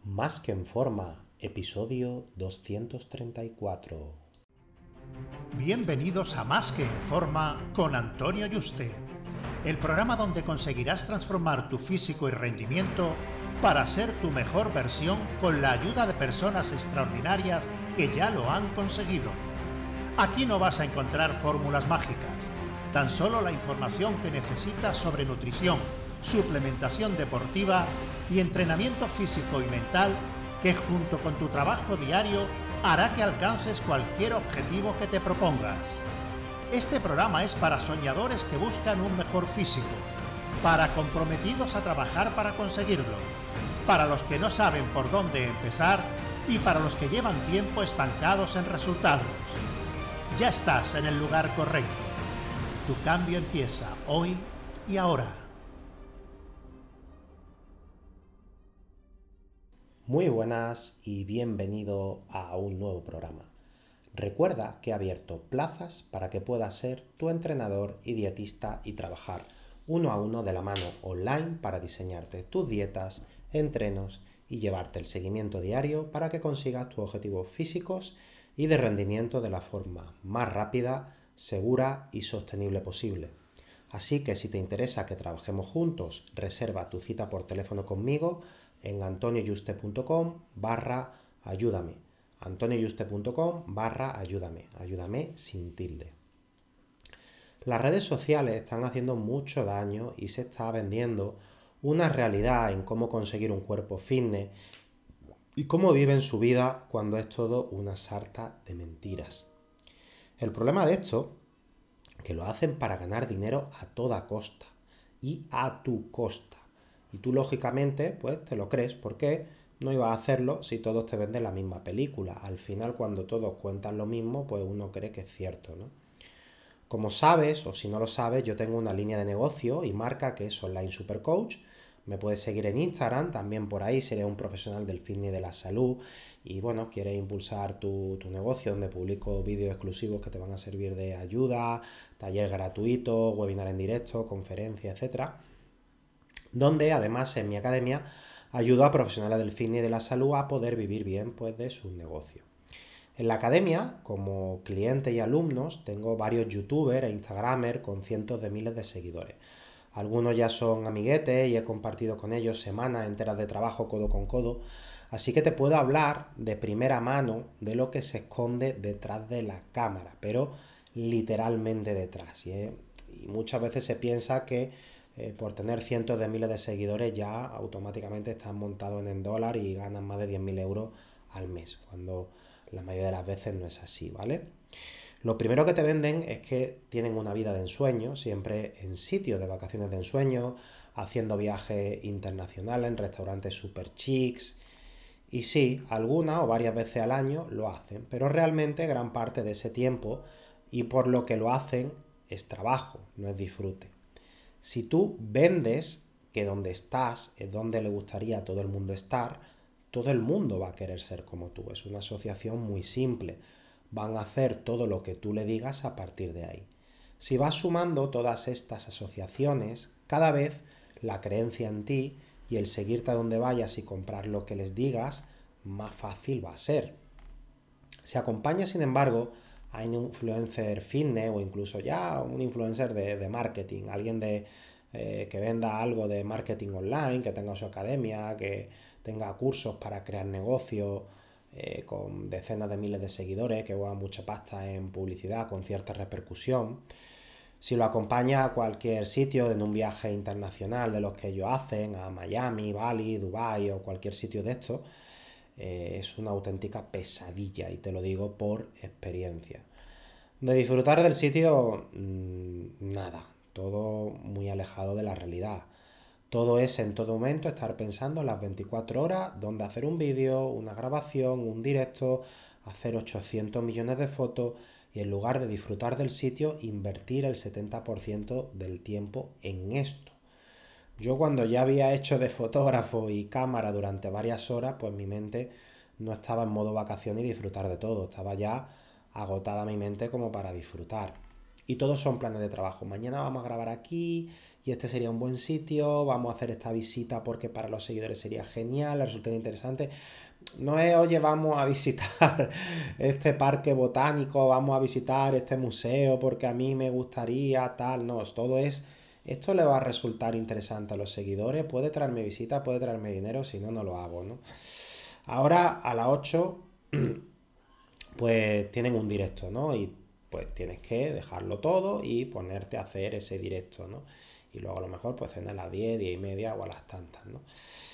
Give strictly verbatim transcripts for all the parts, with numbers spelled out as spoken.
Más que en forma, episodio doscientos treinta y cuatro. Bienvenidos a Más que en forma con Antonio Yuste, el programa donde conseguirás transformar tu físico y rendimiento para ser tu mejor versión con la ayuda de personas extraordinarias que ya lo han conseguido. Aquí no vas a encontrar fórmulas mágicas, tan solo la información que necesitas sobre nutrición, suplementación deportiva y entrenamiento físico y mental que junto con tu trabajo diario hará que alcances cualquier objetivo que te propongas. Este programa es para soñadores que buscan un mejor físico, para comprometidos a trabajar para conseguirlo, para los que no saben por dónde empezar y para los que llevan tiempo estancados en resultados. Ya estás en el lugar correcto. Tu cambio empieza hoy y ahora. Muy buenas y bienvenido a un nuevo programa. Recuerda que he abierto plazas para que puedas ser tu entrenador y dietista y trabajar uno a uno de la mano online para diseñarte tus dietas, entrenos y llevarte el seguimiento diario para que consigas tus objetivos físicos y de rendimiento de la forma más rápida, segura y sostenible posible. Así que si te interesa que trabajemos juntos, reserva tu cita por teléfono conmigo en antonioyuste.com barra ayúdame. antonioyuste.com barra ayúdame. Ayúdame sin tilde. Las redes sociales están haciendo mucho daño y se está vendiendo una realidad en cómo conseguir un cuerpo fitness y cómo viven su vida cuando es todo una sarta de mentiras. El problema de esto es que lo hacen para ganar dinero a toda costa y a tu costa. Y tú, lógicamente, pues te lo crees, porque no ibas a hacerlo si todos te venden la misma película. Al final, cuando todos cuentan lo mismo, pues uno cree que es cierto, ¿no? Como sabes, o si no lo sabes, yo tengo una línea de negocio y marca que es Online Supercoach. Me puedes seguir en Instagram, también por ahí, si eres un profesional del fitness y de la salud y, bueno, quieres impulsar tu, tu negocio, donde publico vídeos exclusivos que te van a servir de ayuda, taller gratuito, webinar en directo, conferencia, etcétera. Donde además en mi academia ayudo a profesionales del fitness y de la salud a poder vivir bien pues de sus negocios. En la academia, como clientes y alumnos, tengo varios youtubers e instagramers con cientos de miles de seguidores. Algunos ya son amiguetes y he compartido con ellos semanas enteras de trabajo codo con codo, así que te puedo hablar de primera mano de lo que se esconde detrás de la cámara, pero literalmente detrás. Y, eh, y muchas veces se piensa que Eh, por tener cientos de miles de seguidores ya automáticamente están montados en el dólar y ganan más de diez mil euros al mes, cuando la mayoría de las veces no es así, ¿vale? Lo primero que te venden es que tienen una vida de ensueño, siempre en sitios de vacaciones de ensueño, haciendo viajes internacionales en restaurantes super chics. Y sí, algunas o varias veces al año lo hacen, pero realmente gran parte de ese tiempo y por lo que lo hacen es trabajo, no es disfrute. Si tú vendes que donde estás es donde le gustaría a todo el mundo estar, todo el mundo va a querer ser como tú. Es una asociación muy simple. Van a hacer todo lo que tú le digas a partir de ahí. Si vas sumando todas estas asociaciones, cada vez la creencia en ti y el seguirte a donde vayas y comprar lo que les digas, más fácil va a ser. Si acompaña, sin embargo, a un influencer fitness o incluso ya un influencer de, de marketing, alguien de, eh, que venda algo de marketing online, que tenga su academia, que tenga cursos para crear negocios eh, con decenas de miles de seguidores, que juegan mucha pasta en publicidad con cierta repercusión. Si lo acompaña a cualquier sitio en un viaje internacional de los que ellos hacen, a Miami, Bali, Dubái o cualquier sitio de estos, Eh, es una auténtica pesadilla y te lo digo por experiencia. De disfrutar del sitio, mmm, nada, todo muy alejado de la realidad. Todo es en todo momento estar pensando en las veinticuatro horas dónde hacer un vídeo, una grabación, un directo, hacer ochocientos millones de fotos y en lugar de disfrutar del sitio, invertir el setenta por ciento del tiempo en esto. Yo cuando ya había hecho de fotógrafo y cámara durante varias horas, pues mi mente no estaba en modo vacación y disfrutar de todo. Estaba ya agotada mi mente como para disfrutar. Y todos son planes de trabajo. Mañana vamos a grabar aquí y este sería un buen sitio, vamos a hacer esta visita porque para los seguidores sería genial, les resultaría interesante. No es, oye, vamos a visitar este parque botánico, vamos a visitar este museo porque a mí me gustaría, tal, no, todo es, esto le va a resultar interesante a los seguidores, puede traerme visita, puede traerme dinero, si no, no lo hago, ¿no? Ahora a las ocho pues tienen un directo, ¿no? Y pues tienes que dejarlo todo y ponerte a hacer ese directo, ¿no? Y luego a lo mejor pues cenas a las diez, diez y media o a las tantas, ¿no?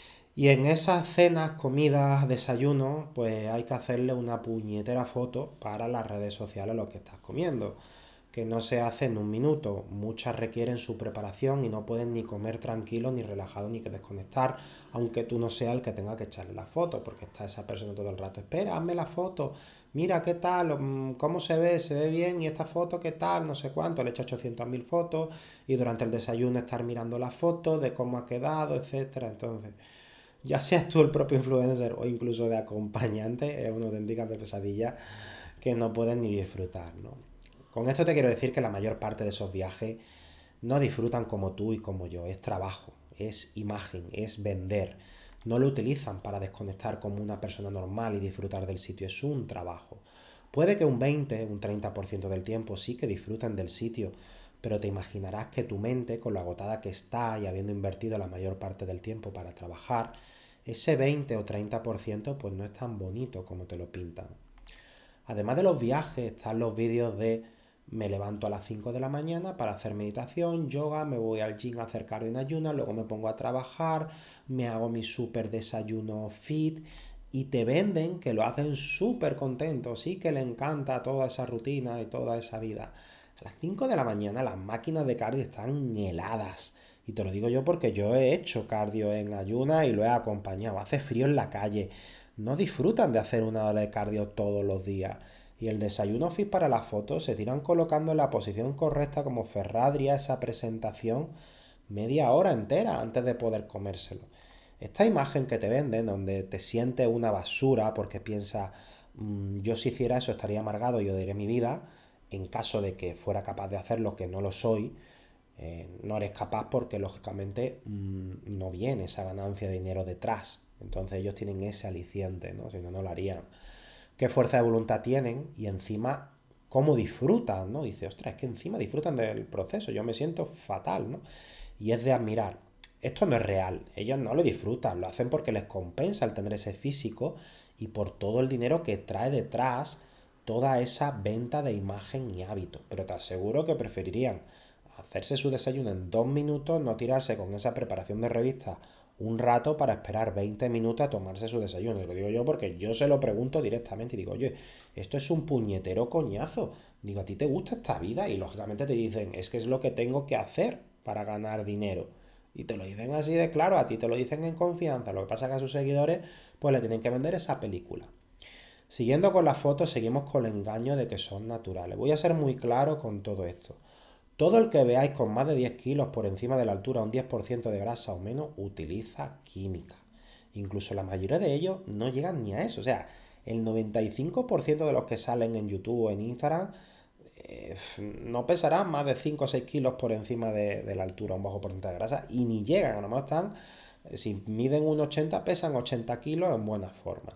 Y en esas cenas, comidas, desayunos, pues hay que hacerle una puñetera foto para las redes sociales lo que estás comiendo. Que no se hace en un minuto. Muchas requieren su preparación y no pueden ni comer tranquilo, ni relajado, ni que desconectar, aunque tú no seas el que tenga que echarle la foto, porque está esa persona todo el rato. Espera, hazme la foto. Mira qué tal, cómo se ve, se ve bien, y esta foto qué tal, no sé cuánto. Le echa ochocientas mil fotos y durante el desayuno estar mirando las fotos de cómo ha quedado, etcétera. Entonces, ya seas tú el propio influencer o incluso de acompañante, es una auténtica pesadilla que no puedes ni disfrutar, ¿no? Con esto te quiero decir que la mayor parte de esos viajes no disfrutan como tú y como yo, es trabajo, es imagen, es vender. No lo utilizan para desconectar como una persona normal y disfrutar del sitio, es un trabajo. Puede que un veinte, un treinta por ciento del tiempo sí que disfruten del sitio, pero te imaginarás que tu mente, con lo agotada que está y habiendo invertido la mayor parte del tiempo para trabajar, ese veinte o treinta por ciento pues no es tan bonito como te lo pintan. Además de los viajes, están los vídeos de me levanto a las cinco de la mañana para hacer meditación, yoga, me voy al gym a hacer cardio en ayunas, luego me pongo a trabajar, me hago mi súper desayuno fit y te venden que lo hacen súper contentos, sí que le encanta toda esa rutina y toda esa vida. A las cinco de la mañana las máquinas de cardio están heladas. Y te lo digo yo porque yo he hecho cardio en ayunas y lo he acompañado. Hace frío en la calle. No disfrutan de hacer una hora de cardio todos los días. Y el desayuno fit para las fotos se tiran colocando en la posición correcta como Ferradria esa presentación media hora entera antes de poder comérselo. Esta imagen que te venden donde te sientes una basura porque piensas mmm, yo si hiciera eso estaría amargado y odiaría mi vida, en caso de que fuera capaz de hacerlo, que no lo soy, eh, no eres capaz porque lógicamente mmm, no viene esa ganancia de dinero detrás. Entonces ellos tienen ese aliciente, ¿no? Si no, no lo harían. Qué fuerza de voluntad tienen y encima cómo disfrutan, ¿no? Dice, ostras, es que encima disfrutan del proceso, yo me siento fatal, ¿no? Y es de admirar. Esto no es real, ellos no lo disfrutan, lo hacen porque les compensa el tener ese físico y por todo el dinero que trae detrás toda esa venta de imagen y hábito. Pero te aseguro que preferirían hacerse su desayuno en dos minutos, no tirarse con esa preparación de revista un rato para esperar veinte minutos a tomarse su desayuno. Y lo digo yo porque yo se lo pregunto directamente y digo, oye, esto es un puñetero coñazo. Digo, ¿a ti te gusta esta vida? Y lógicamente te dicen, es que es lo que tengo que hacer para ganar dinero. Y te lo dicen así de claro, a ti te lo dicen en confianza. Lo que pasa es que a sus seguidores pues le tienen que vender esa película. Siguiendo con las fotos, seguimos con el engaño de que son naturales. Voy a ser muy claro con todo esto. Todo el que veáis con más de diez kilos por encima de la altura, un diez por ciento de grasa o menos, utiliza química. Incluso la mayoría de ellos no llegan ni a eso. O sea, el noventa y cinco por ciento de los que salen en YouTube o en Instagram eh, no pesarán más de cinco o seis kilos por encima de, de la altura, un bajo porcentaje de grasa, y ni llegan. A lo mejor están, si miden un ochenta, pesan ochenta kilos en buena forma.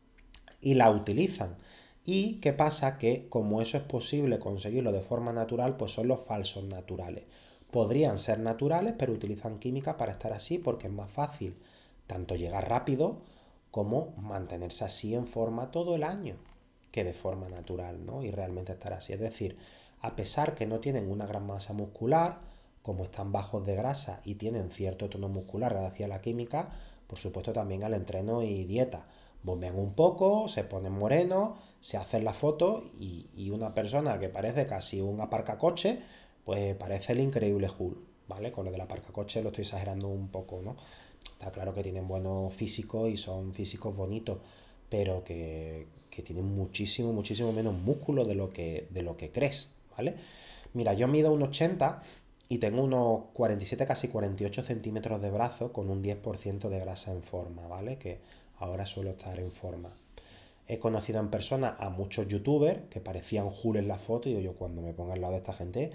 Y la utilizan. ¿Y qué pasa? Que como eso es posible conseguirlo de forma natural, pues son los falsos naturales. Podrían ser naturales, pero utilizan química para estar así porque es más fácil tanto llegar rápido como mantenerse así en forma todo el año que de forma natural, ¿no? Y realmente estar así. Es decir, a pesar que no tienen una gran masa muscular, como están bajos de grasa y tienen cierto tono muscular gracias a la química, por supuesto también al entreno y dieta. Bombean un poco, se ponen morenos, se hacen la foto y, y una persona que parece casi un aparcacoche, pues parece el increíble Hulk, ¿vale? Con lo del aparcacoche lo estoy exagerando un poco, ¿no? Está claro que tienen buenos físicos y son físicos bonitos, pero que, que tienen muchísimo, muchísimo menos músculo de lo que, de lo que crees, ¿vale? Mira, yo mido un ochenta y tengo unos cuarenta y siete, casi cuarenta y ocho centímetros de brazo con un diez por ciento de grasa en forma, ¿vale? Que ahora suelo estar en forma. He conocido en persona a muchos youtubers que parecían Hulk en la foto y digo yo, cuando me ponga al lado de esta gente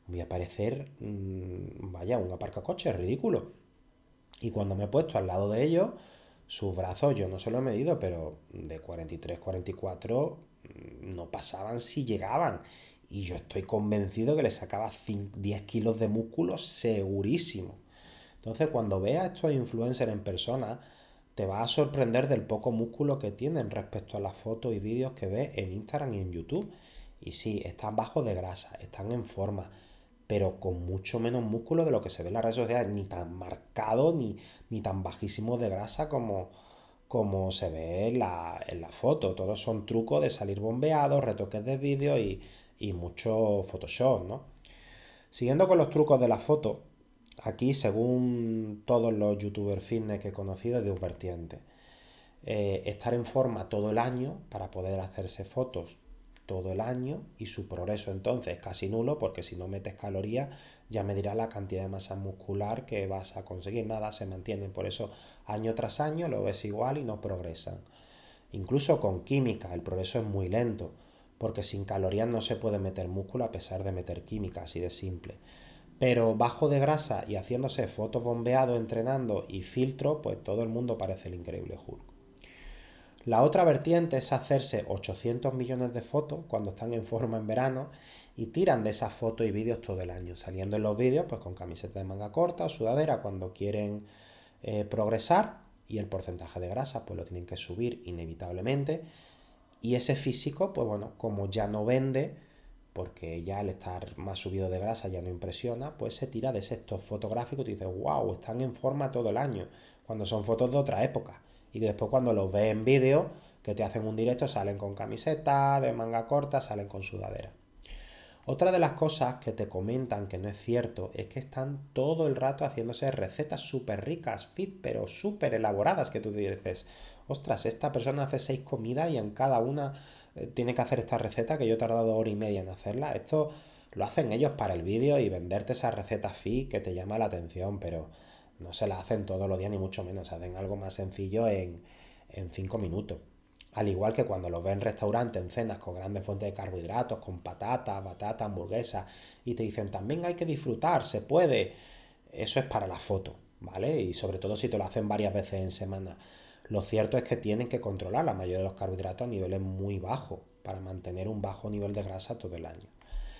voy a parecer, mmm, vaya, un aparcacoche, ridículo. Y cuando me he puesto al lado de ellos, sus brazos, yo no se lo he medido, pero de cuarenta y tres, cuarenta y cuatro no pasaban si llegaban. Y yo estoy convencido que le sacaba diez kilos de músculo segurísimo. Entonces, cuando veas a estos influencers en persona, te vas a sorprender del poco músculo que tienen respecto a las fotos y vídeos que ves en Instagram y en YouTube. Y sí, están bajos de grasa, están en forma, pero con mucho menos músculo de lo que se ve en las redes sociales, ni tan marcado ni, ni tan bajísimo de grasa como, como se ve en la, en la foto. Todos son trucos de salir bombeados, retoques de vídeo y, y mucho Photoshop, ¿no? Siguiendo con los trucos de la foto, aquí, según todos los youtubers fitness que he conocido, es de un vertiente. Eh, estar en forma todo el año para poder hacerse fotos todo el año, y su progreso entonces es casi nulo, porque si no metes calorías ya me dirá la cantidad de masa muscular que vas a conseguir. Nada, se mantienen, por eso año tras año lo ves igual y no progresan. Incluso con química el progreso es muy lento, porque sin calorías no se puede meter músculo a pesar de meter química, así de simple. Pero bajo de grasa y haciéndose fotos bombeados, entrenando y filtro, pues todo el mundo parece el increíble Hulk. La otra vertiente es hacerse ochocientos millones de fotos cuando están en forma en verano y tiran de esas fotos y vídeos todo el año, saliendo en los vídeos pues con camiseta de manga corta o sudadera cuando quieren eh, progresar, y el porcentaje de grasa pues lo tienen que subir inevitablemente, y ese físico pues bueno, como ya no vende, porque ya al estar más subido de grasa ya no impresiona, pues se tira de ese stock fotográfico y tú dices, wow, están en forma todo el año, cuando son fotos de otra época. Y que después cuando los ves en vídeo, que te hacen un directo, salen con camiseta de manga corta, salen con sudadera. Otra de las cosas que te comentan que no es cierto es que están todo el rato haciéndose recetas súper ricas, fit, pero súper elaboradas, que tú dices, ostras, esta persona hace seis comidas y en cada una eh, tiene que hacer esta receta que yo he tardado hora y media en hacerla. Esto lo hacen ellos para el vídeo y venderte esa receta fit que te llama la atención, pero no se la hacen todos los días ni mucho menos, hacen algo más sencillo en, en cinco minutos. Al igual que cuando los ves en restaurantes, en cenas con grandes fuentes de carbohidratos, con patatas, batata, hamburguesas, y te dicen también hay que disfrutar, se puede. Eso es para la foto, ¿vale? Y sobre todo si te lo hacen varias veces en semana. Lo cierto es que tienen que controlar la mayoría de los carbohidratos a niveles muy bajos para mantener un bajo nivel de grasa todo el año.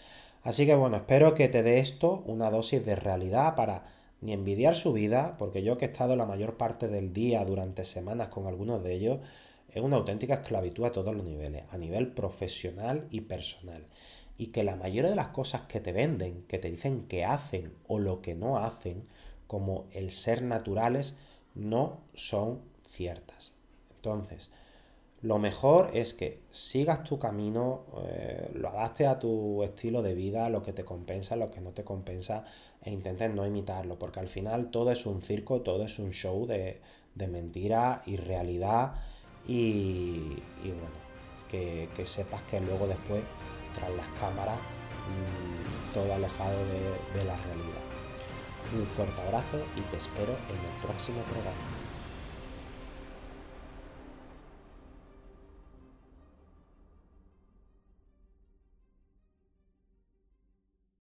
Así que bueno, espero que te dé esto una dosis de realidad para ni envidiar su vida, porque yo que he estado la mayor parte del día durante semanas con algunos de ellos, es una auténtica esclavitud a todos los niveles, a nivel profesional y personal. Y que la mayoría de las cosas que te venden, que te dicen que hacen o lo que no hacen, como el ser naturales, no son ciertas. Entonces, lo mejor es que sigas tu camino, eh, lo adaptes a tu estilo de vida, lo que te compensa, lo que no te compensa, e intentes no imitarlo, porque al final todo es un circo, todo es un show de, de mentira y realidad, y, y bueno, que, que sepas que luego después, tras las cámaras, mmm, todo alejado de, de la realidad. Un fuerte abrazo y te espero en el próximo programa.